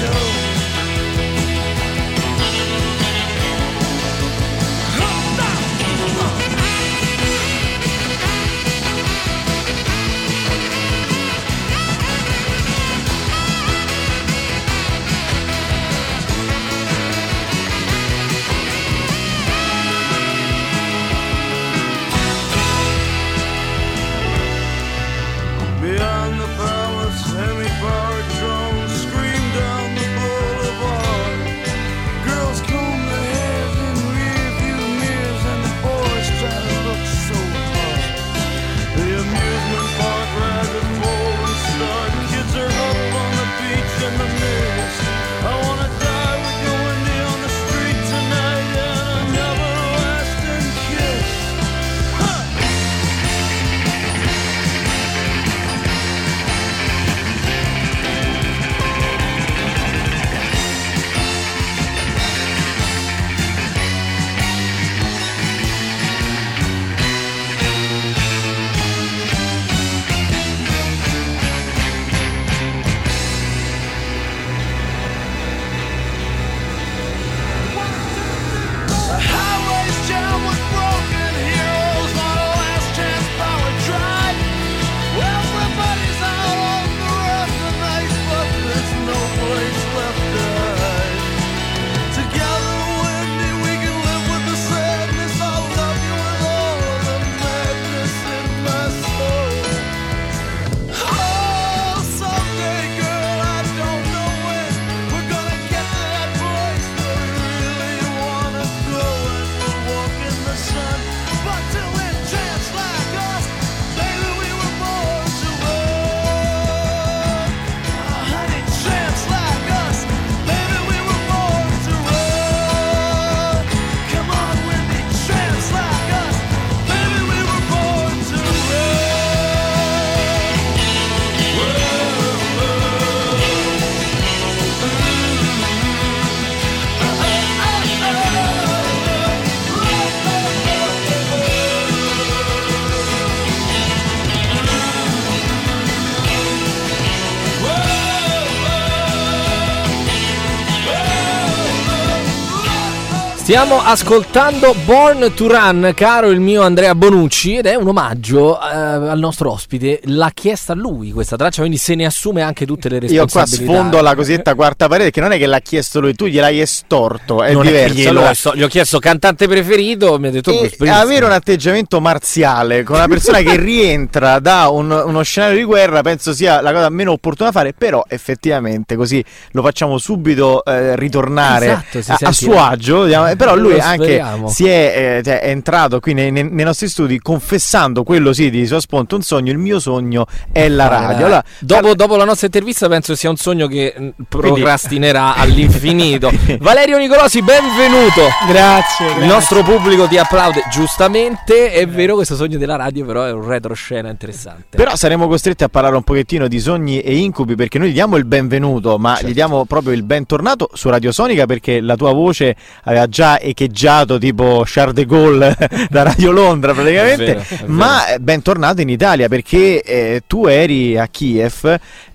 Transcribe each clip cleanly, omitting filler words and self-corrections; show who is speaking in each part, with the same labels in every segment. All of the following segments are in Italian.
Speaker 1: Stiamo ascoltando Born to Run, caro il mio Andrea Bonucci, ed è un omaggio al nostro ospite. L'ha chiesta lui questa traccia, quindi se ne assume anche tutte le responsabilità.
Speaker 2: Io qua sfondo la cosiddetta quarta parete, che non è che l'ha chiesto lui, tu gliel'hai estorto, è
Speaker 1: non
Speaker 2: diverso.
Speaker 1: È allora, gli ho chiesto cantante preferito, mi ha detto
Speaker 2: avere un atteggiamento marziale con una persona che rientra da uno scenario di guerra penso sia la cosa meno opportuna da fare, però effettivamente così lo facciamo subito ritornare a suo agio, però lui anche si è entrato qui nei nostri studi confessando quello sì di sua sponta un sogno. Il mio sogno è la radio. Allora,
Speaker 1: dopo la nostra intervista penso sia un sogno che procrastinerà all'infinito. Valerio Nicolosi, benvenuto.
Speaker 3: Grazie.
Speaker 1: Il nostro pubblico ti applaude giustamente. È vero, questo sogno della radio però è un retroscena interessante.
Speaker 2: Però saremo costretti a parlare un pochettino di sogni e incubi, perché noi gli diamo il benvenuto, ma gli diamo proprio il bentornato su Radio Sonica, perché la tua voce aveva già echeggiato tipo Charles de Gaulle da Radio Londra praticamente. È vero. Ma bentornato in Italia, perché tu eri a Kiev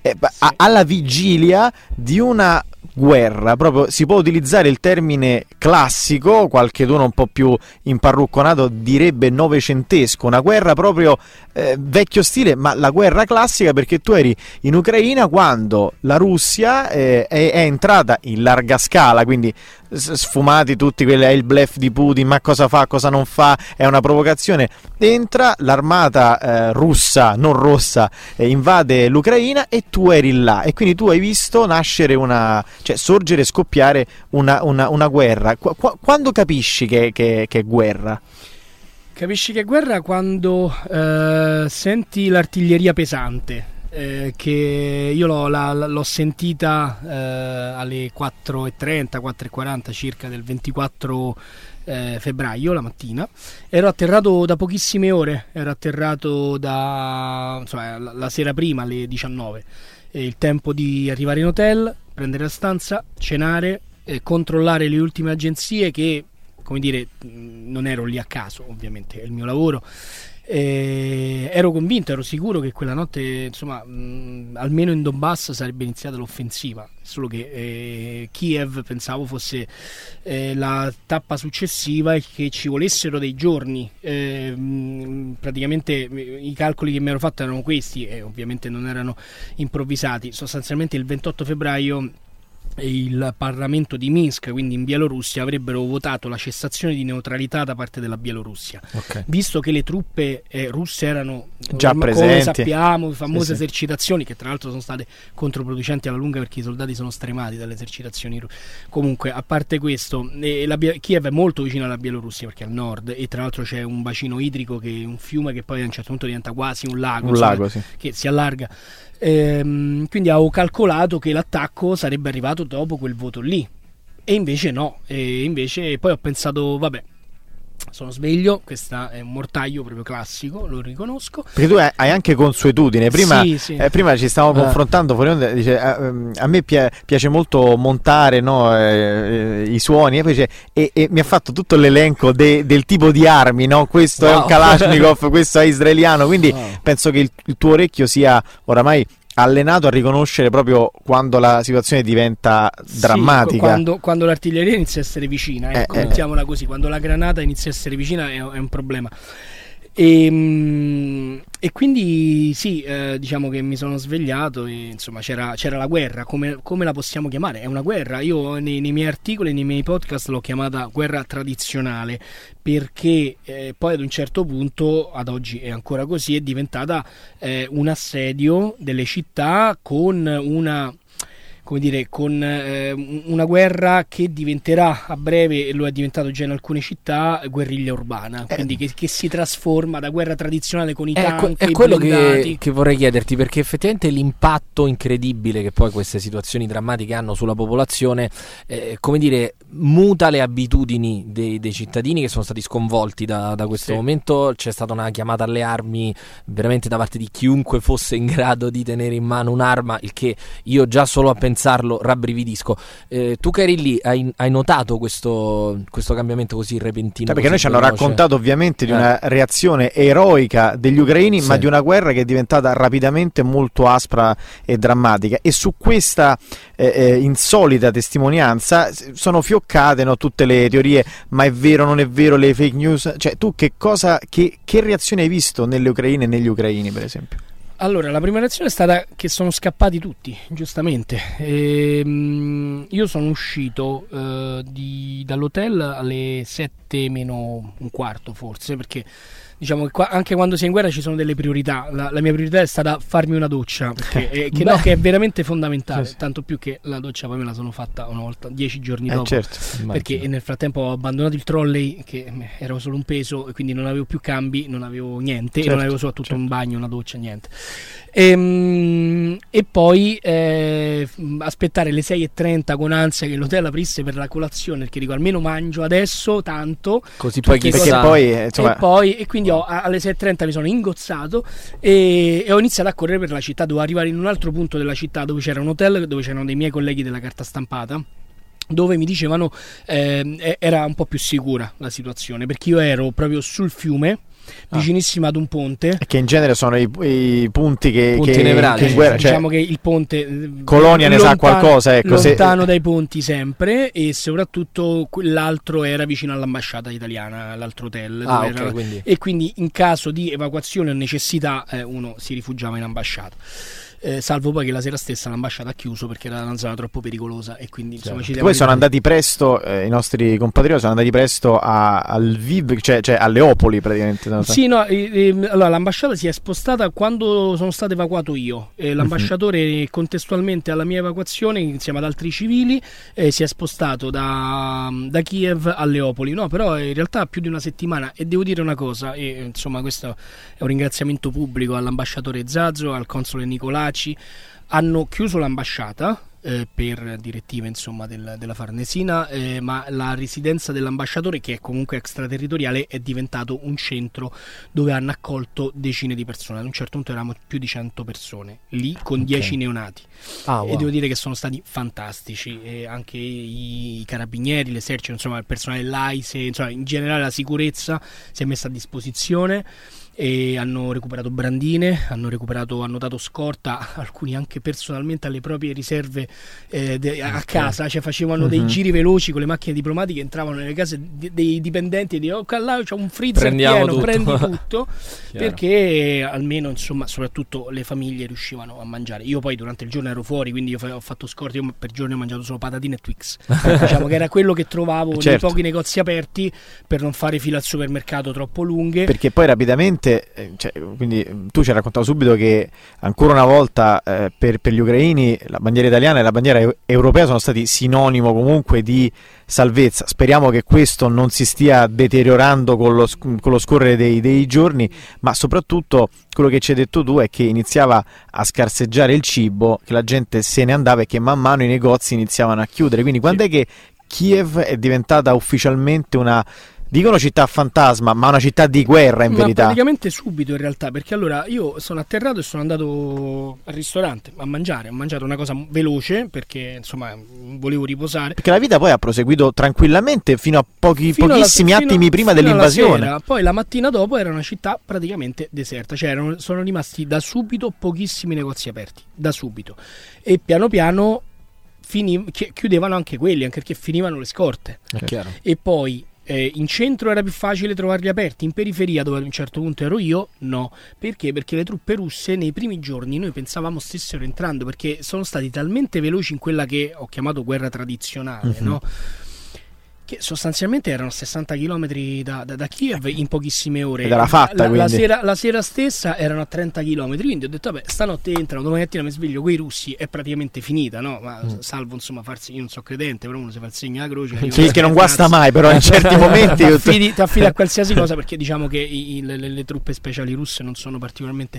Speaker 2: alla vigilia di una guerra, proprio si può utilizzare il termine classico, qualcheduno un po' più imparrucconato direbbe novecentesco, una guerra proprio vecchio stile, ma la guerra classica, perché tu eri in Ucraina quando la Russia è entrata in larga scala, quindi sfumati tutti quelli, è il bluff di Putin, ma cosa fa, cosa non fa, è una provocazione, entra l'armata russa, non rossa, invade l'Ucraina e tu eri là, e quindi tu hai visto nascere sorgere e scoppiare una guerra. Quando capisci che è guerra?
Speaker 3: Capisci che è guerra quando senti l'artiglieria pesante, che io l'ho sentita alle 4:30, 4:40 circa del 24 febbraio, la mattina. Ero atterrato da pochissime ore, ero atterrato la sera prima alle 19. Il tempo di arrivare in hotel, prendere la stanza, cenare, controllare le ultime agenzie che, come dire, non ero lì a caso, ovviamente è il mio lavoro, Ero convinto, ero sicuro che quella notte, insomma, almeno in Donbass sarebbe iniziata l'offensiva, solo che Kiev pensavo fosse la tappa successiva e che ci volessero dei giorni. Praticamente i calcoli che mi ero fatto erano questi, e ovviamente non erano improvvisati. Sostanzialmente il 28 febbraio il Parlamento di Minsk, quindi in Bielorussia, avrebbero votato la cessazione di neutralità da parte della Bielorussia, visto che le truppe russe erano
Speaker 2: già presenti,
Speaker 3: come sappiamo, famose
Speaker 2: sì.
Speaker 3: esercitazioni che tra l'altro sono state controproducenti alla lunga perché i soldati sono stremati dalle esercitazioni russe. Comunque, a parte questo, Kiev è molto vicino alla Bielorussia perché è al nord, e tra l'altro c'è un bacino idrico, che è un fiume che poi a un certo punto diventa quasi un lago,
Speaker 2: sì.
Speaker 3: che si allarga. Quindi avevo calcolato che l'attacco sarebbe arrivato dopo quel voto lì, e invece no, e invece poi ho pensato, vabbè, sono sveglio, questo è un mortaio proprio classico, lo riconosco.
Speaker 2: Perché tu hai anche consuetudine. Prima,
Speaker 3: sì.
Speaker 2: Prima ci stavamo confrontando fuori onda, dice, a me piace molto montare, no, i suoni, e poi dice, e mi ha fatto tutto l'elenco del tipo di armi, no? Questo è un Kalashnikov, questo è israeliano, quindi penso che il tuo orecchio sia oramai allenato a riconoscere proprio quando la situazione diventa drammatica.
Speaker 3: Quando l'artiglieria inizia a essere vicina, mettiamola così, quando la granata inizia a essere vicina è un problema. E quindi sì, diciamo che mi sono svegliato e insomma c'era la guerra, come la possiamo chiamare? È una guerra. Io nei miei articoli, nei miei podcast l'ho chiamata guerra tradizionale, perché poi ad un certo punto, ad oggi è ancora così, è diventata un assedio delle città con una guerra che diventerà a breve, e lo è diventato già in alcune città, guerriglia urbana, quindi che si trasforma da guerra tradizionale con i tank,
Speaker 1: è quello che vorrei chiederti, perché effettivamente l'impatto incredibile che poi queste situazioni drammatiche hanno sulla popolazione, come dire, muta le abitudini dei cittadini che sono stati sconvolti da questo momento. C'è stata una chiamata alle armi veramente da parte di chiunque fosse in grado di tenere in mano un'arma, il che io già solo a pensarlo rabbrividisco. Tu che eri lì, hai notato questo cambiamento così repentino?
Speaker 2: Perché noi ci hanno raccontato ovviamente di una reazione eroica degli ucraini, ma di una guerra che è diventata rapidamente molto aspra e drammatica, e su questa insolita testimonianza sono fioccate, no, tutte le teorie, ma è vero, non è vero, le fake news. Cioè, tu che reazione hai visto nelle ucraine e negli ucraini, per esempio?
Speaker 3: Allora, la prima reazione è stata che sono scappati tutti, giustamente. Io sono uscito dall'hotel alle 7 meno un quarto, forse, perché diciamo che anche quando si è in guerra ci sono delle priorità. La mia priorità è stata farmi una doccia, perché che è veramente fondamentale, tanto più che la doccia poi me la sono fatta una volta 10 giorni dopo, perché nel frattempo ho abbandonato il trolley, che era solo un peso, e quindi non avevo più cambi, non avevo niente, e non avevo soprattutto un bagno, una doccia, niente. E poi aspettare le 6:30 con ansia che l'hotel aprisse per la colazione, perché dico almeno mangio adesso tanto,
Speaker 1: così poi
Speaker 2: chissà.
Speaker 3: E quindi alle 6:30 mi sono ingozzato e ho iniziato a correre per la città. Dovevo arrivare in un altro punto della città dove c'era un hotel, dove c'erano dei miei colleghi della carta stampata, dove mi dicevano era un po' più sicura la situazione, perché io ero proprio sul fiume, vicinissima ad un ponte,
Speaker 2: che in genere sono i punti
Speaker 1: nevralgici,
Speaker 2: che in guerra,
Speaker 3: diciamo che il ponte
Speaker 2: Colonia ne sa qualcosa, ecco,
Speaker 3: lontano dai ponti sempre, e soprattutto l'altro era vicino all'ambasciata italiana, l'altro hotel, e quindi in caso di evacuazione o necessità uno si rifugiava in ambasciata. Salvo poi che la sera stessa l'ambasciata ha chiuso perché era una zona troppo pericolosa, e quindi insomma
Speaker 2: poi sono andati presto, i nostri compatrioti sono andati presto a Lviv, cioè a Leopoli praticamente.
Speaker 3: Sì, no, allora l'ambasciata si è spostata quando sono stato evacuato io, l'ambasciatore contestualmente alla mia evacuazione insieme ad altri civili si è spostato da Kiev a Leopoli, no, però in realtà più di una settimana. E devo dire una cosa, e insomma questo è un ringraziamento pubblico all'ambasciatore Zazzo, al console Nicolaci. Hanno chiuso l'ambasciata per direttive insomma della Farnesina, ma la residenza dell'ambasciatore, che è comunque extraterritoriale, è diventato un centro dove hanno accolto decine di persone. Ad un certo punto eravamo più di 100 persone lì con 10 neonati, e devo dire che sono stati fantastici, e anche i carabinieri, l'esercito, insomma il personale dell'AISE, insomma in generale la sicurezza si è messa a disposizione. e hanno recuperato brandine, hanno dato scorta, alcuni anche personalmente alle proprie riserve a casa, cioè facevano dei giri veloci con le macchine diplomatiche, entravano nelle case dei dipendenti e dicevano: oh, là c'è un freezer pieno, prendi tutto perché almeno, insomma, soprattutto le famiglie riuscivano a mangiare. Io poi durante il giorno ero fuori, quindi io ho fatto scorte, io per giorni ho mangiato solo patatine e Twix. Diciamo che era quello che trovavo nei pochi negozi aperti per non fare file al supermercato troppo lunghe,
Speaker 2: perché poi rapidamente quindi tu ci hai raccontato subito che ancora una volta per gli ucraini la bandiera italiana e la bandiera europea sono stati sinonimo comunque di salvezza. Speriamo che questo non si stia deteriorando con lo scorrere dei giorni, ma soprattutto quello che ci hai detto tu è che iniziava a scarseggiare il cibo, che la gente se ne andava e che man mano i negozi iniziavano a chiudere. Quindi quando è che Kiev è diventata ufficialmente una, dicono città fantasma, ma una città di guerra in verità?
Speaker 3: Praticamente subito in realtà, perché allora io sono atterrato e sono andato al ristorante a mangiare, ho mangiato una cosa veloce perché insomma volevo riposare. Perché
Speaker 2: la vita poi ha proseguito tranquillamente fino a pochissimi attimi prima dell'invasione.
Speaker 3: Sera. Poi la mattina dopo era una città praticamente deserta, cioè sono rimasti da subito pochissimi negozi aperti, da subito, e piano piano chiudevano anche quelli, anche perché finivano le scorte.
Speaker 1: È chiaro.
Speaker 3: E poi in centro era più facile trovarli aperti, in periferia, dove ad un certo punto ero io, no. Perché? Perché le truppe russe nei primi giorni noi pensavamo stessero entrando, perché sono stati talmente veloci in quella che ho chiamato guerra tradizionale, no? Che sostanzialmente erano 60 km da Kiev in pochissime ore.
Speaker 2: Ed era fatta,
Speaker 3: la sera stessa erano a 30 km, quindi ho detto vabbè, stanotte entrano, domani mattina mi sveglio coi russi, è praticamente finita, no? Ma salvo insomma farsi, io non so credente, però uno si fa il segno alla croce,
Speaker 2: sì, che non guasta mai, però in certi momenti
Speaker 3: ti affidi a qualsiasi cosa, perché diciamo che le truppe speciali russe non sono particolarmente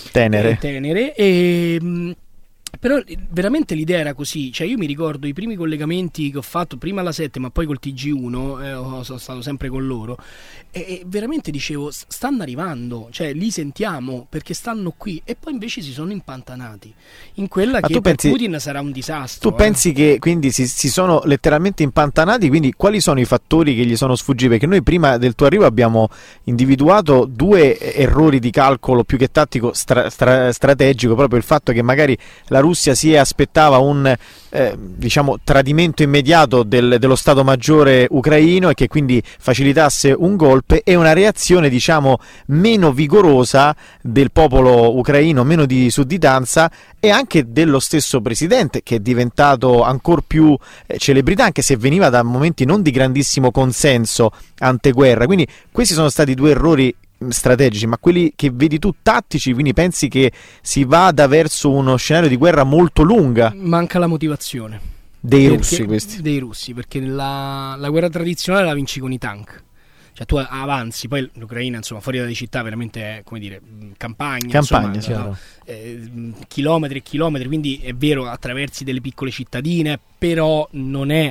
Speaker 3: tenere e però veramente l'idea era così, cioè io mi ricordo i primi collegamenti che ho fatto prima alla 7 ma poi col TG1, sono stato sempre con loro e veramente dicevo stanno arrivando, cioè li sentiamo perché stanno qui, e poi invece si sono impantanati in quella che per Putin sarà un disastro.
Speaker 2: Tu pensi che quindi si sono letteralmente impantanati? Quindi quali sono i fattori che gli sono sfuggiti? Perché noi prima del tuo arrivo abbiamo individuato due errori di calcolo più che tattico strategico, proprio il fatto che magari la Russia si aspettava un diciamo tradimento immediato dello Stato Maggiore ucraino e che quindi facilitasse un golpe, e una reazione diciamo meno vigorosa del popolo ucraino, meno di sudditanza, e anche dello stesso presidente, che è diventato ancor più celebrità, anche se veniva da momenti non di grandissimo consenso anteguerra. Quindi questi sono stati due errori strategici, ma quelli che vedi tu tattici, quindi pensi che si vada verso uno scenario di guerra molto lunga?
Speaker 3: Manca la motivazione
Speaker 2: dei russi,
Speaker 3: perché la guerra tradizionale la vinci con i tank, cioè tu avanzi, poi l'Ucraina insomma fuori dalle città veramente è, come dire, campagna insomma, chilometri e chilometri, quindi è vero attraversi delle piccole cittadine, però non è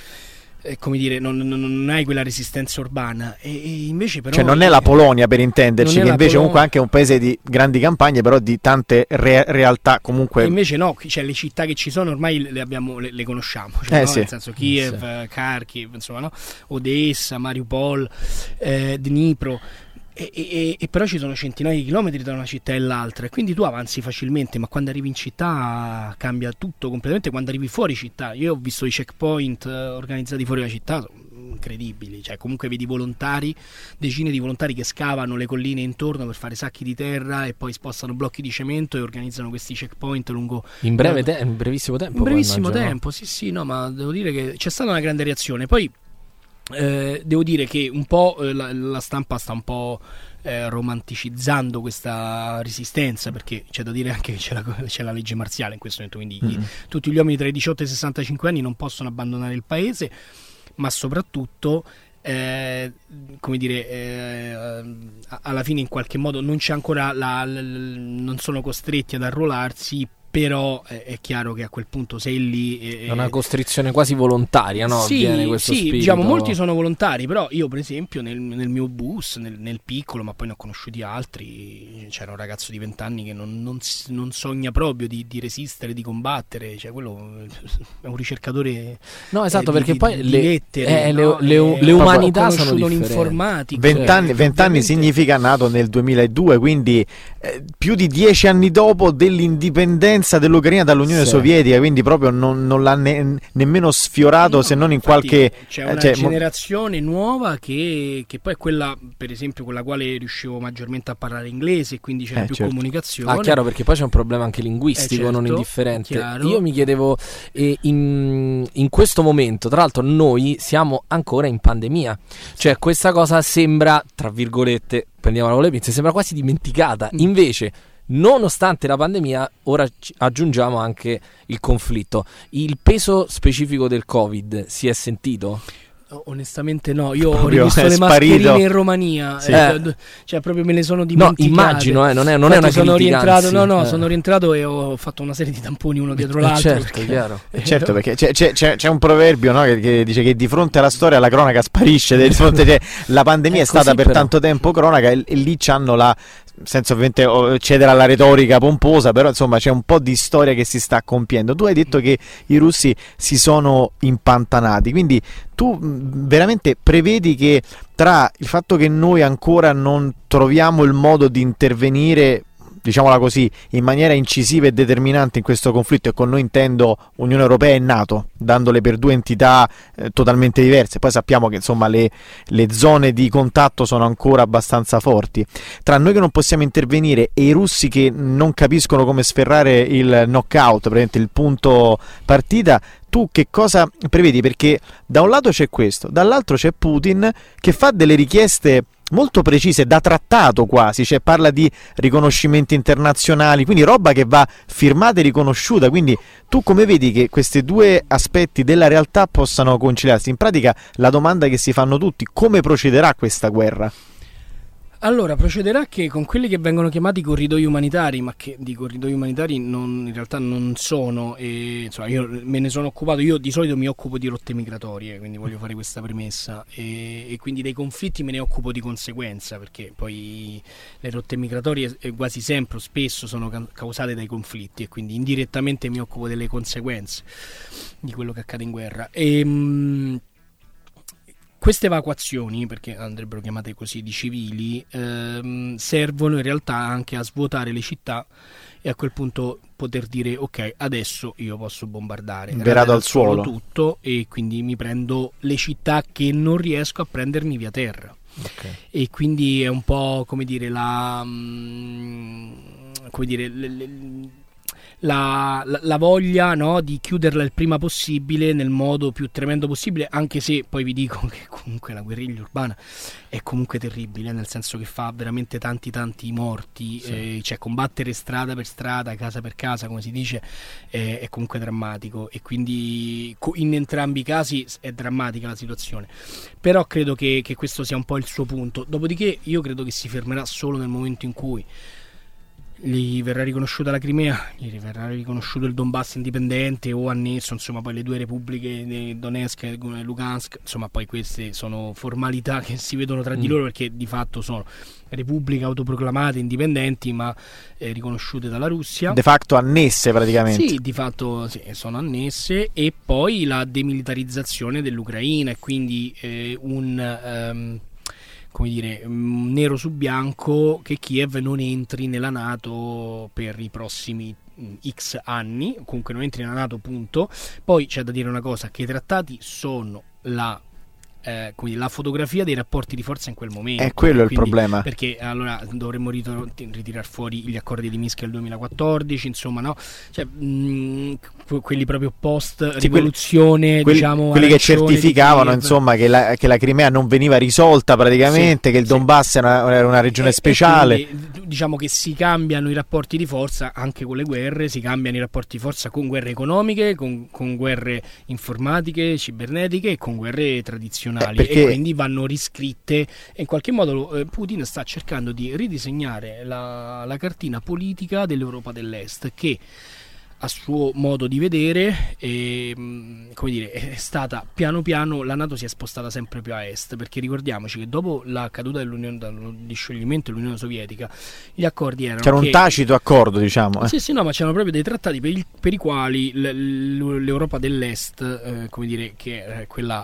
Speaker 3: come dire, non hai quella resistenza urbana, e invece però,
Speaker 2: cioè non è la Polonia, per intenderci, che invece comunque anche è un paese di grandi campagne, però di tante realtà comunque.
Speaker 3: E invece no, cioè le città che ci sono ormai le conosciamo, cioè, no?
Speaker 2: Sì.
Speaker 3: Nel senso Kiev, Kharkiv, insomma, no? Odessa, Mariupol, Dnipro. E però ci sono centinaia di chilometri da una città e l'altra, e quindi tu avanzi facilmente, ma quando arrivi in città cambia tutto completamente. Quando arrivi fuori città, io ho visto i checkpoint organizzati fuori la città, sono incredibili, cioè comunque vedi volontari, decine di volontari che scavano le colline intorno per fare sacchi di terra e poi spostano blocchi di cemento e organizzano questi checkpoint lungo
Speaker 1: in brevissimo tempo.
Speaker 3: In brevissimo tempo, sì, no, ma devo dire che c'è stata una grande reazione. Poi devo dire che un po' la stampa sta un po' romanticizzando questa resistenza, perché c'è da dire anche che c'è la legge marziale in questo momento, quindi tutti gli uomini tra i 18 e i 65 anni non possono abbandonare il paese, ma soprattutto come dire, alla fine in qualche modo non c'è ancora non sono costretti ad arruolarsi però è chiaro che a quel punto sei lì.
Speaker 1: È una costrizione quasi volontaria, no?
Speaker 3: Sì,
Speaker 1: Viene questo spirito.
Speaker 3: diciamo, molti sono volontari, però io per esempio nel mio bus, nel piccolo, ma poi ne ho conosciuti altri, c'era un ragazzo di 20 anni che non sogna proprio di resistere, di combattere, cioè quello è un ricercatore.
Speaker 1: No, esatto, perché poi
Speaker 3: di lettere,
Speaker 1: le umanità sono differenti.
Speaker 3: Un informatico.
Speaker 2: 20 anni significa nato nel 2002, quindi più di 10 anni dopo dell'indipendenza dell'Ucraina dall'Unione Sovietica, quindi proprio non l'ha nemmeno sfiorato, se non in qualche.
Speaker 3: C'è una generazione nuova che poi è quella, per esempio, con la quale riuscivo maggiormente a parlare inglese, quindi c'era più comunicazione.
Speaker 1: Chiaro, perché poi c'è un problema anche linguistico, non indifferente.
Speaker 3: Chiaro.
Speaker 1: Io mi chiedevo, in questo momento, tra l'altro noi siamo ancora in pandemia, cioè questa cosa sembra, tra virgolette, prendiamola con le pinze, sembra quasi dimenticata. Invece, nonostante la pandemia, ora aggiungiamo anche il conflitto. Il peso specifico del Covid si è sentito?
Speaker 3: Onestamente no, io ho rivisto le mascherine in Romania,
Speaker 1: sì.
Speaker 3: Cioè proprio me le sono dimenticate.
Speaker 1: No, immagino, non è una critica,
Speaker 3: sono rientrato, sono rientrato e ho fatto una serie di tamponi uno dietro l'altro.
Speaker 1: Certo, chiaro.
Speaker 2: Certo, perché c'è un proverbio, no, che dice che di fronte alla storia la cronaca sparisce, di fronte, la pandemia è stata per tanto tempo cronaca, e lì c'hanno senza ovviamente cedere alla retorica pomposa, però insomma c'è un po' di storia che si sta compiendo. Tu hai detto che i russi si sono impantanati, quindi tu veramente prevedi che tra il fatto che noi ancora non troviamo il modo di intervenire, diciamola così, in maniera incisiva e determinante in questo conflitto, e con noi intendo Unione Europea e NATO, dandole per due entità totalmente diverse, poi sappiamo che insomma le zone di contatto sono ancora abbastanza forti, tra noi che non possiamo intervenire e i russi che non capiscono come sferrare il knockout, praticamente il punto partita, tu che cosa prevedi? Perché da un lato c'è questo, dall'altro c'è Putin che fa delle richieste molto precise, da trattato quasi, cioè parla di riconoscimenti internazionali, quindi roba che va firmata e riconosciuta. Quindi tu come vedi che questi due aspetti della realtà possano conciliarsi? In pratica la domanda che si fanno tutti: come procederà questa guerra?
Speaker 3: Allora, procederà che con quelli che vengono chiamati corridoi umanitari, ma che di corridoi umanitari in realtà non sono, e insomma io me ne sono occupato, io di solito mi occupo di rotte migratorie, quindi voglio fare questa premessa, e quindi dei conflitti me ne occupo di conseguenza, perché poi le rotte migratorie quasi sempre o spesso sono causate dai conflitti, e quindi indirettamente mi occupo delle conseguenze di quello che accade in guerra. Queste evacuazioni, perché andrebbero chiamate così, di civili, servono in realtà anche a svuotare le città e a quel punto poter dire ok, adesso io posso bombardare,
Speaker 2: verato al suolo
Speaker 3: tutto, e quindi mi prendo le città che non riesco a prendermi via terra.
Speaker 1: Okay.
Speaker 3: E quindi è un po' come dire la voglia, no, di chiuderla il prima possibile nel modo più tremendo possibile, anche se poi vi dico che comunque la guerriglia urbana è comunque terribile, nel senso che fa veramente tanti morti, sì. Cioè combattere strada per strada, casa per casa, come si dice, è comunque drammatico, e quindi in entrambi i casi è drammatica la situazione, però credo che questo sia un po' il suo punto. Dopodiché io credo che si fermerà solo nel momento in cui gli verrà riconosciuta la Crimea, gli verrà riconosciuto il Donbass indipendente o annesso, insomma poi le due repubbliche di Donetsk e Lugansk, insomma poi queste sono formalità che si vedono tra di loro, perché di fatto sono repubbliche autoproclamate indipendenti ma riconosciute dalla Russia,
Speaker 2: de facto annesse praticamente.
Speaker 3: Sì, di fatto sì, sono annesse, e poi la demilitarizzazione dell'Ucraina, e quindi come dire, nero su bianco che Kiev non entri nella NATO per i prossimi X anni, comunque non entri nella NATO, punto. Poi c'è da dire una cosa, che i trattati sono la fotografia dei rapporti di forza in quel momento.
Speaker 2: È quello il problema.
Speaker 3: Perché allora dovremmo ritirare fuori gli accordi di Minsk del 2014, insomma, no? Cioè, quelli proprio post rivoluzione, diciamo,
Speaker 2: quelli che certificavano insomma che la Crimea non veniva risolta praticamente, sì, che il Donbass era una regione speciale.
Speaker 3: Quindi, diciamo che si cambiano i rapporti di forza anche con le guerre, si cambiano i rapporti di forza con guerre economiche, con guerre informatiche, cibernetiche e con guerre tradizionali, e quindi vanno riscritte, e in qualche modo Putin sta cercando di ridisegnare la cartina politica dell'Europa dell'Est, che a suo modo di vedere, come dire, è stata piano piano, la NATO si è spostata sempre più a est, perché ricordiamoci che dopo la caduta dallo scioglimento dell'Unione Sovietica, gli accordi erano
Speaker 2: c'era un tacito accordo, diciamo.
Speaker 3: Sì, no, ma c'erano proprio dei trattati per i quali l'Europa dell'est, come dire, che è quella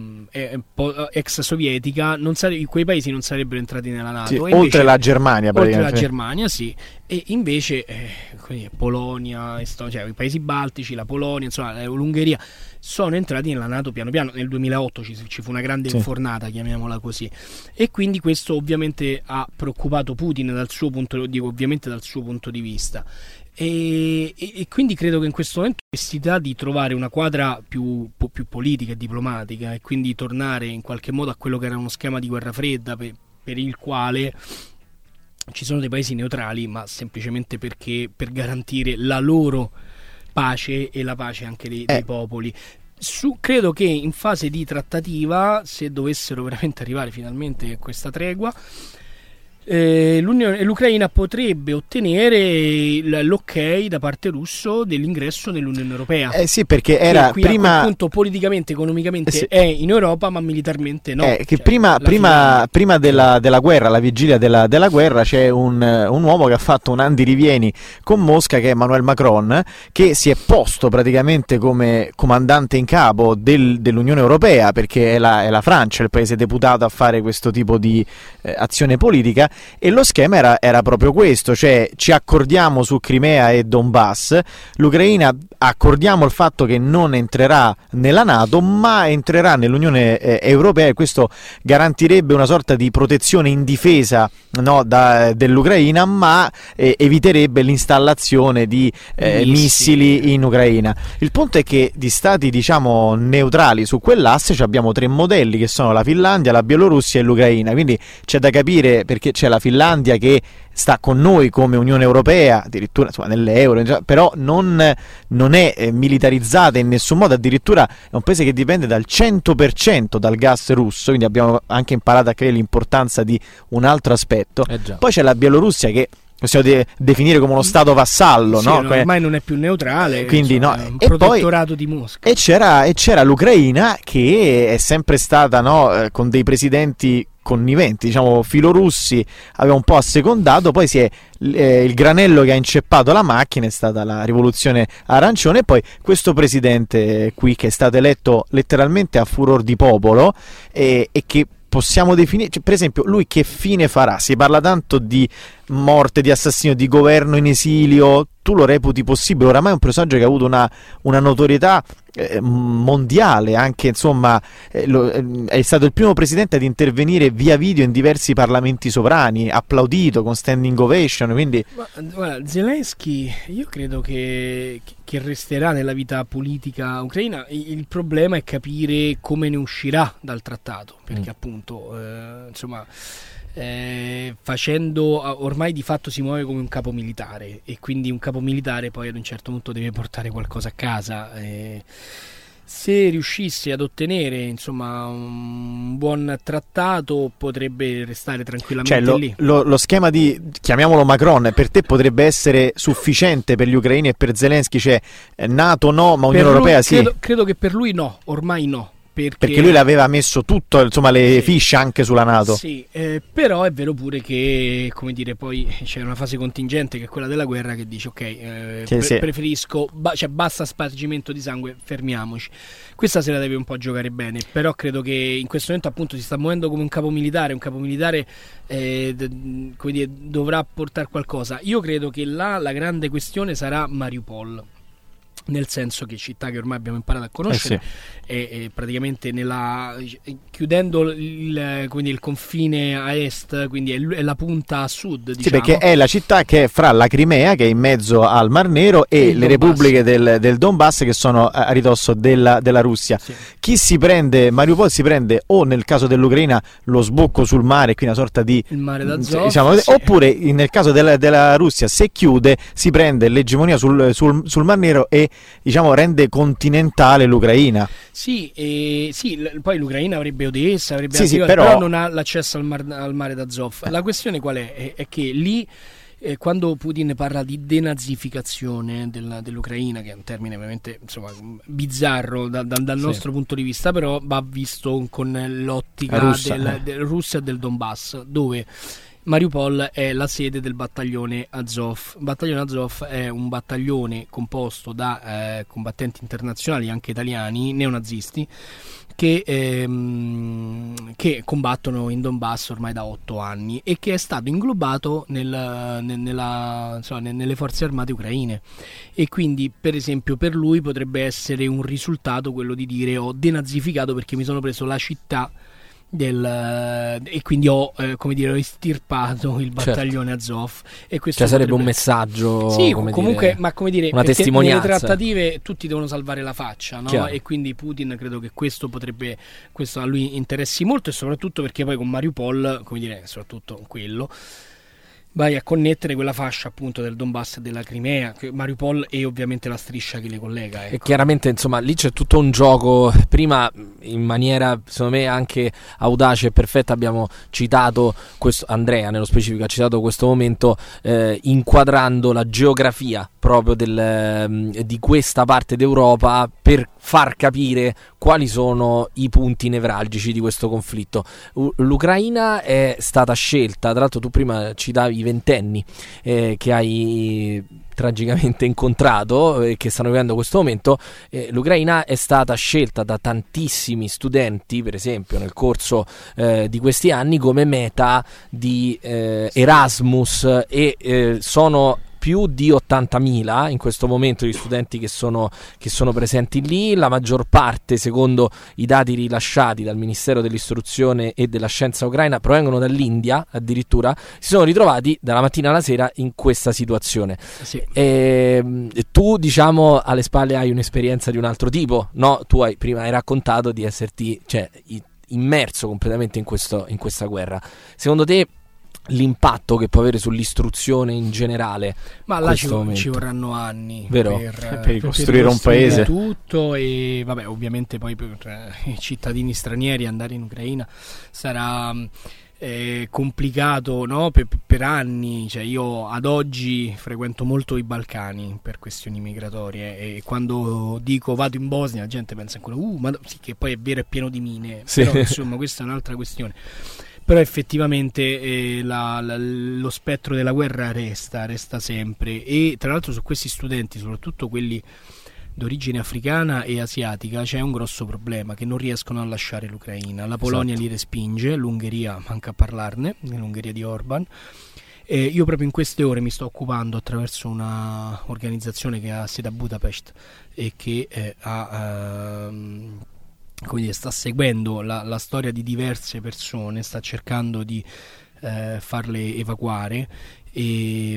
Speaker 3: ex sovietica, quei paesi non sarebbero entrati nella NATO.
Speaker 2: Sì,
Speaker 3: invece,
Speaker 2: oltre la Germania,
Speaker 3: oltre la Germania, sì. E invece Polonia, cioè i paesi baltici, la Polonia, insomma l'Ungheria sono entrati nella NATO piano piano. Nel 2008 ci fu una grande infornata, chiamiamola così, e quindi questo ovviamente ha preoccupato Putin dal suo punto di vista. E quindi credo che in questo momento la necessità di trovare una quadra più politica e diplomatica, e quindi tornare in qualche modo a quello che era uno schema di guerra fredda per il quale ci sono dei paesi neutrali, ma semplicemente perché per garantire la loro pace e la pace anche dei popoli. Credo che in fase di trattativa, se dovessero veramente arrivare finalmente a questa tregua, l'Ucraina potrebbe ottenere l'ok da parte russo dell'ingresso nell'Unione Europea.
Speaker 2: Sì, perché era
Speaker 3: qui
Speaker 2: prima,
Speaker 3: appunto, politicamente, economicamente è in Europa, ma militarmente no.
Speaker 2: Che prima della guerra, alla vigilia della guerra, c'è un uomo che ha fatto un andirivieni con Mosca, che è Emmanuel Macron, che si è posto praticamente come comandante in capo dell'Unione Europea, perché è la Francia il paese deputato a fare questo tipo di azione politica. E lo schema era proprio questo, cioè ci accordiamo su Crimea e Donbass, l'Ucraina accordiamo il fatto che non entrerà nella NATO ma entrerà nell'Unione Europea, e questo garantirebbe una sorta di protezione in difesa, no, dell'Ucraina, ma eviterebbe l'installazione di missili in Ucraina. Il punto è che di stati, diciamo, neutrali su quell'asse abbiamo 3 modelli, che sono la Finlandia, la Bielorussia e l'Ucraina, quindi c'è da capire, perché c'è la Finlandia che sta con noi come Unione Europea, addirittura nell'euro, però non è militarizzata in nessun modo, addirittura è un paese che dipende dal 100% dal gas russo, quindi abbiamo anche imparato a capire l'importanza di un altro aspetto. Poi c'è la Bielorussia, che possiamo definire come uno stato vassallo,
Speaker 3: sì,
Speaker 2: no?
Speaker 3: Ormai non è più neutrale,
Speaker 2: quindi
Speaker 3: insomma, è un protettorato di Mosca.
Speaker 2: E c'era l'Ucraina, che è sempre stata, no, con dei presidenti conniventi, diciamo filorussi, aveva un po' assecondato, poi il granello che ha inceppato la macchina è stata la rivoluzione arancione, e poi questo presidente qui, che è stato eletto letteralmente a furor di popolo, e che possiamo definire, cioè, per esempio, lui che fine farà? Si parla tanto di morte, di assassinio, di governo in esilio. Tu lo reputi possibile? Oramai è un personaggio che ha avuto una notorietà mondiale, anche, insomma, è stato il primo presidente ad intervenire via video in diversi parlamenti sovrani, applaudito con standing ovation, quindi...
Speaker 3: Guarda, Zelensky, io credo che resterà nella vita politica ucraina. Il problema è capire come ne uscirà dal trattato, perché appunto, insomma... facendo, ormai di fatto si muove come un capo militare, e quindi un capo militare poi ad un certo punto deve portare qualcosa a casa. Se riuscisse ad ottenere, insomma, un buon trattato, potrebbe restare tranquillamente lì.
Speaker 2: Lo schema di, chiamiamolo Macron, per te potrebbe essere sufficiente per gli ucraini e per Zelensky, cioè NATO no, ma Unione Europea sì?
Speaker 3: Credo che per lui no, ormai no.
Speaker 2: Perché lui l'aveva messo tutto, insomma, le fiche anche sulla NATO.
Speaker 3: Sì, però è vero pure che, come dire, poi c'è una fase contingente, che è quella della guerra, che dice ok, preferisco, cioè basta spargimento di sangue, fermiamoci. Questa se la deve un po' giocare bene, però credo che in questo momento appunto si sta muovendo come un capo militare come dire, dovrà portare qualcosa. Io credo che la grande questione sarà Mariupol, nel senso che città che ormai abbiamo imparato a conoscere, è praticamente chiudendo il confine a est, quindi è la punta a sud, diciamo.
Speaker 2: Sì, perché è la città che è fra la Crimea, che è in mezzo al Mar Nero, e le repubbliche del Donbass, che sono a ridosso della Russia. Sì. Chi si prende Mariupol si prende, o nel caso dell'Ucraina, lo sbocco sul mare, quindi una sorta di
Speaker 3: il mare d'Azov,
Speaker 2: diciamo, oppure nel caso della Russia, se chiude, si prende l'egemonia sul Mar Nero e, diciamo, rende continentale l'Ucraina.
Speaker 3: Sì, poi l'Ucraina avrebbe Odessa, avrebbe
Speaker 2: però
Speaker 3: non ha l'accesso al mare d'Azov. La questione qual è? È che lì quando Putin parla di denazificazione dell'Ucraina, che è un termine veramente bizzarro dal nostro punto di vista, però va visto con l'ottica della Russia e del Donbass, dove Mariupol è la sede del battaglione Azov. Il battaglione Azov è un battaglione composto da combattenti internazionali, anche italiani, neonazisti, che combattono in Donbass ormai da 8 anni e che è stato inglobato nelle forze armate ucraine, e quindi per esempio per lui potrebbe essere un risultato quello di dire: ho denazificato perché mi sono preso la città e quindi ho estirpato il battaglione Azov, e questo
Speaker 1: sarebbe un messaggio,
Speaker 3: comunque
Speaker 1: una
Speaker 3: perché
Speaker 1: testimonianza.
Speaker 3: nelle trattative tutti devono salvare la faccia, no? E quindi Putin, credo che questo a lui interessi molto, e soprattutto perché poi con Mariupol, soprattutto quello, vai a connettere quella fascia appunto del Donbass e della Crimea, Mariupol, e ovviamente la striscia che le collega, ecco.
Speaker 1: E chiaramente lì c'è tutto un gioco. Prima, in maniera secondo me anche audace e perfetta, abbiamo citato questo, Andrea nello specifico ha citato questo momento, inquadrando la geografia proprio di questa parte d'Europa, per far capire quali sono i punti nevralgici di questo conflitto. L'Ucraina è stata scelta, tra l'altro tu prima citavi i ventenni che hai tragicamente incontrato e che stanno vivendo questo momento. L'Ucraina è stata scelta da tantissimi studenti, per esempio nel corso di questi anni, come meta di Erasmus, e sono più di 80.000 in questo momento gli studenti che sono presenti lì. La maggior parte, secondo i dati rilasciati dal Ministero dell'Istruzione e della Scienza ucraina, provengono dall'India. Addirittura si sono ritrovati dalla mattina alla sera in questa situazione.
Speaker 3: Sì.
Speaker 1: Tu, diciamo, alle spalle hai un'esperienza di un altro tipo, no? Tu prima hai raccontato di esserti immerso completamente in questa guerra. Secondo te l'impatto che può avere sull'istruzione in generale?
Speaker 3: Ma là ci vorranno anni,
Speaker 1: vero?
Speaker 3: Per
Speaker 2: ricostruire un paese
Speaker 3: tutto, e vabbè, ovviamente poi per i cittadini stranieri andare in Ucraina sarà complicato, no? Per anni. Io ad oggi frequento molto i Balcani per questioni migratorie, e quando dico vado in Bosnia la gente pensa ancora ma sì, che poi è vero, è pieno di mine, sì. Però insomma questa è un'altra questione. Però effettivamente lo spettro della guerra resta sempre, e tra l'altro su questi studenti, soprattutto quelli d'origine africana e asiatica, c'è un grosso problema, che non riescono a lasciare l'Ucraina. La Polonia li respinge, l'Ungheria manca a parlarne, l'Ungheria di Orban. Io proprio in queste ore mi sto occupando, attraverso una organizzazione che ha sede a Budapest e che sta seguendo la storia di diverse persone, sta cercando di farle evacuare, e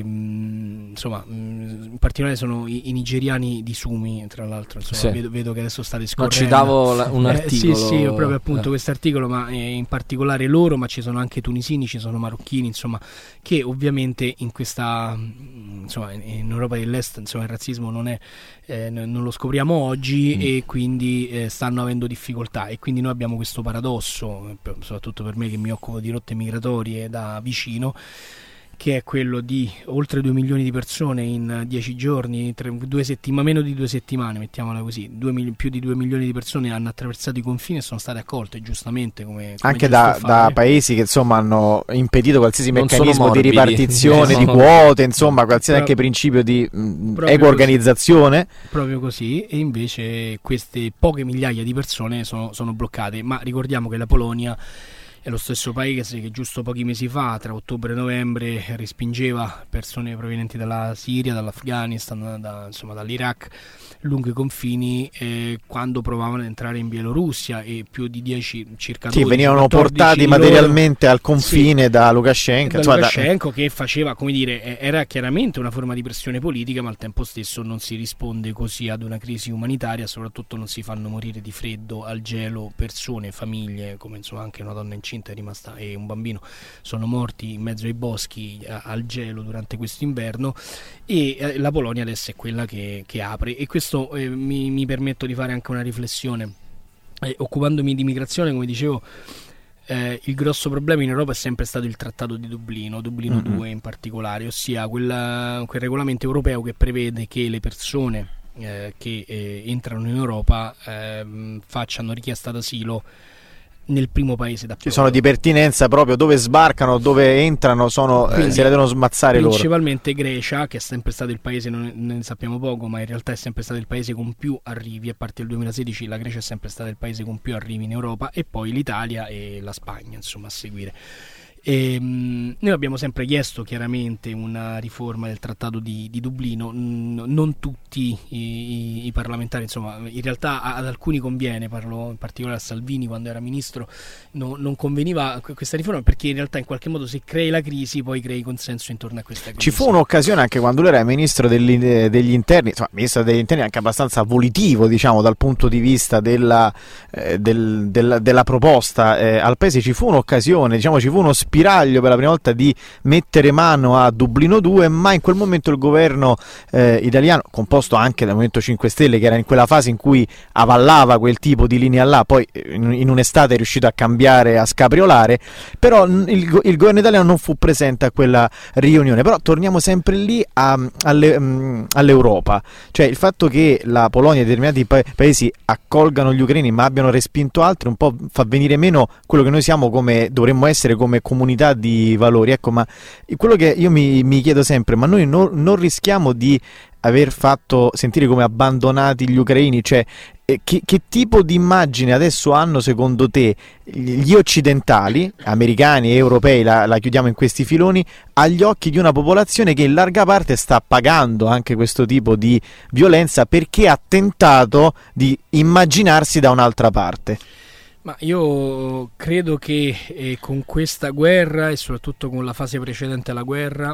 Speaker 3: in particolare sono i nigeriani di Sumi, tra l'altro, sì. vedo che adesso state scorrendo.
Speaker 1: Citavo un articolo.
Speaker 3: Sì, proprio appunto questo articolo, ma in particolare loro, ma ci sono anche tunisini, ci sono marocchini, insomma, che ovviamente in questa, in Europa dell'Est, il razzismo non lo scopriamo oggi, e quindi stanno avendo difficoltà, e quindi noi abbiamo questo paradosso, soprattutto per me che mi occupo di rotte migratorie da vicino, che è quello di oltre 2 milioni di persone in 10 giorni, meno di 2 settimane, mettiamola così, più di 2 milioni di persone hanno attraversato i confini e sono state accolte, giustamente, come
Speaker 2: anche da paesi che insomma hanno impedito qualsiasi meccanismo di ripartizione di
Speaker 1: morbidi.
Speaker 2: Quote, insomma qualsiasi anche principio di equa organizzazione.
Speaker 3: Proprio così, e invece queste poche migliaia di persone sono bloccate. Ma ricordiamo che la Polonia è lo stesso paese che giusto pochi mesi fa, tra ottobre e novembre, respingeva persone provenienti dalla Siria, dall'Afghanistan, dall'Iraq, lungo i confini, quando provavano ad entrare in Bielorussia, e più di 10, circa 12,
Speaker 2: venivano portati materialmente al confine da Lukashenko,
Speaker 3: che faceva, era chiaramente una forma di pressione politica, ma al tempo stesso non si risponde così ad una crisi umanitaria, soprattutto non si fanno morire di freddo, al gelo, persone, famiglie, come anche una donna incinta è rimasta, e un bambino sono morti in mezzo ai boschi al gelo durante questo inverno, e la Polonia adesso è quella che apre, e questo mi permetto di fare anche una riflessione, occupandomi di migrazione, come dicevo. Il grosso problema in Europa è sempre stato il Trattato di Dublino 2 in particolare, ossia quel regolamento europeo che prevede che le persone che entrano in Europa facciano richiesta d'asilo nel primo paese d'approdo.
Speaker 2: Sono di pertinenza proprio, dove sbarcano, dove entrano, se la devono smazzare loro.
Speaker 3: Principalmente Grecia, che è sempre stato il paese, non ne sappiamo poco, ma in realtà è sempre stato il paese con più arrivi. A parte il 2016 la Grecia è sempre stata il paese con più arrivi in Europa, e poi l'Italia e la Spagna, insomma, a seguire. Noi abbiamo sempre chiesto chiaramente una riforma del Trattato di Dublino. Non tutti i parlamentari, insomma, in realtà ad alcuni conviene, parlo in particolare a Salvini quando era ministro, non conveniva questa riforma, perché in realtà in qualche modo se crei la crisi poi crei consenso intorno a questa crisi.
Speaker 2: Ci fu un'occasione anche quando lui era ministro degli interni, insomma, ministro degli interni anche abbastanza volitivo, diciamo, dal punto di vista della proposta al paese. Ci fu un'occasione, diciamo, ci fu uno spiraglio per la prima volta di mettere mano a Dublino 2, ma in quel momento il governo italiano, composto anche dal Movimento 5 Stelle, che era in quella fase in cui avallava quel tipo di linea là, poi in un'estate è riuscito a cambiare, a scapriolare, però il governo italiano non fu presente a quella riunione. Però torniamo sempre lì all'Europa, cioè il fatto che la Polonia e determinati paesi accolgano gli ucraini ma abbiano respinto altri un po' fa venire meno quello che noi siamo, come dovremmo essere come comunità di valori. Ecco, ma quello che io mi chiedo sempre, ma noi non rischiamo di aver fatto sentire come abbandonati gli ucraini? Cioè, che tipo di immagine adesso hanno secondo te gli occidentali, americani e europei, la chiudiamo in questi filoni, agli occhi di una popolazione che in larga parte sta pagando anche questo tipo di violenza perché ha tentato di immaginarsi da un'altra parte?
Speaker 3: Ma io credo che con questa guerra, e soprattutto con la fase precedente alla guerra,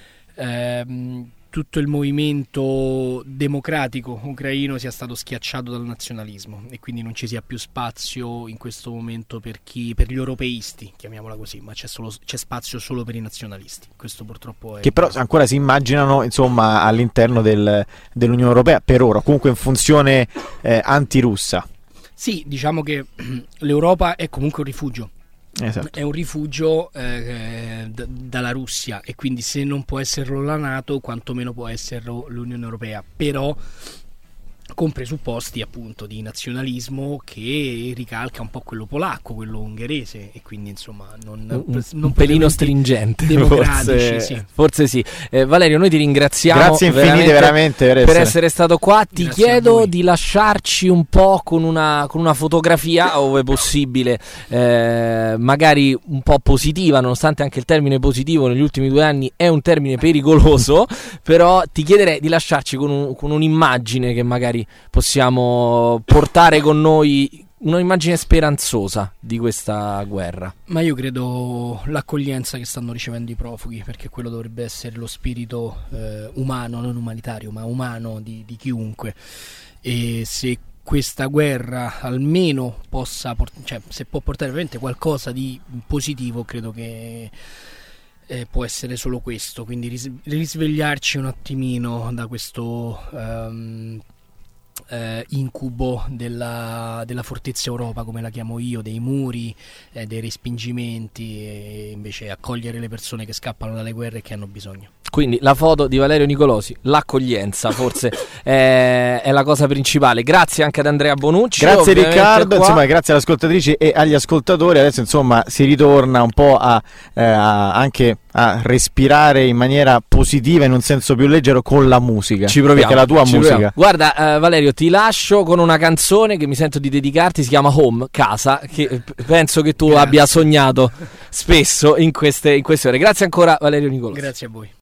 Speaker 3: tutto il movimento democratico ucraino sia stato schiacciato dal nazionalismo, e quindi non ci sia più spazio in questo momento per gli europeisti, chiamiamola così, ma c'è spazio solo per i nazionalisti. Questo purtroppo è... Che
Speaker 2: però ancora si immaginano, insomma, all'interno dell'Unione Europea, per ora, comunque in funzione antirussa.
Speaker 3: Sì, diciamo che l'Europa è comunque un rifugio.
Speaker 2: Esatto.
Speaker 3: È un rifugio dalla Russia, e quindi se non può esserlo la NATO, quantomeno può esserlo l'Unione Europea, però con presupposti appunto di nazionalismo che ricalca un po' quello polacco, quello ungherese, e quindi insomma non
Speaker 1: pelino stringente, forse sì. Valerio, noi ti ringraziamo,
Speaker 2: grazie infinite veramente
Speaker 1: per essere stato qua. Ti chiedo di lasciarci un po' con una fotografia, ove possibile, magari un po' positiva, nonostante anche il termine positivo negli ultimi 2 anni è un termine pericoloso, però ti chiederei di lasciarci con un'immagine che magari possiamo portare con noi, un'immagine speranzosa di questa guerra.
Speaker 3: Ma io credo l'accoglienza che stanno ricevendo i profughi, perché quello dovrebbe essere lo spirito umano, non umanitario, ma umano di chiunque. E se questa guerra almeno se può portare veramente qualcosa di positivo, credo che può essere solo questo. Quindi risvegliarci un attimino da questo incubo della fortezza Europa, come la chiamo io, dei muri, dei respingimenti, e invece accogliere le persone che scappano dalle guerre e che hanno bisogno.
Speaker 1: Quindi la foto di Valerio Nicolosi, l'accoglienza forse è la cosa principale. Grazie anche ad Andrea Bonucci.
Speaker 2: Grazie Riccardo, insomma, grazie alle ascoltatrici e agli ascoltatori. Adesso insomma si ritorna un po' anche a respirare in maniera positiva, in un senso più leggero, con la musica.
Speaker 1: Ci proviamo.
Speaker 2: Perché la tua musica.
Speaker 1: Proviamo. Guarda Valerio, ti lascio con una canzone che mi sento di dedicarti, si chiama Home, casa, che penso che tu abbia sognato spesso in queste ore. Grazie ancora Valerio Nicolosi.
Speaker 3: Grazie a voi.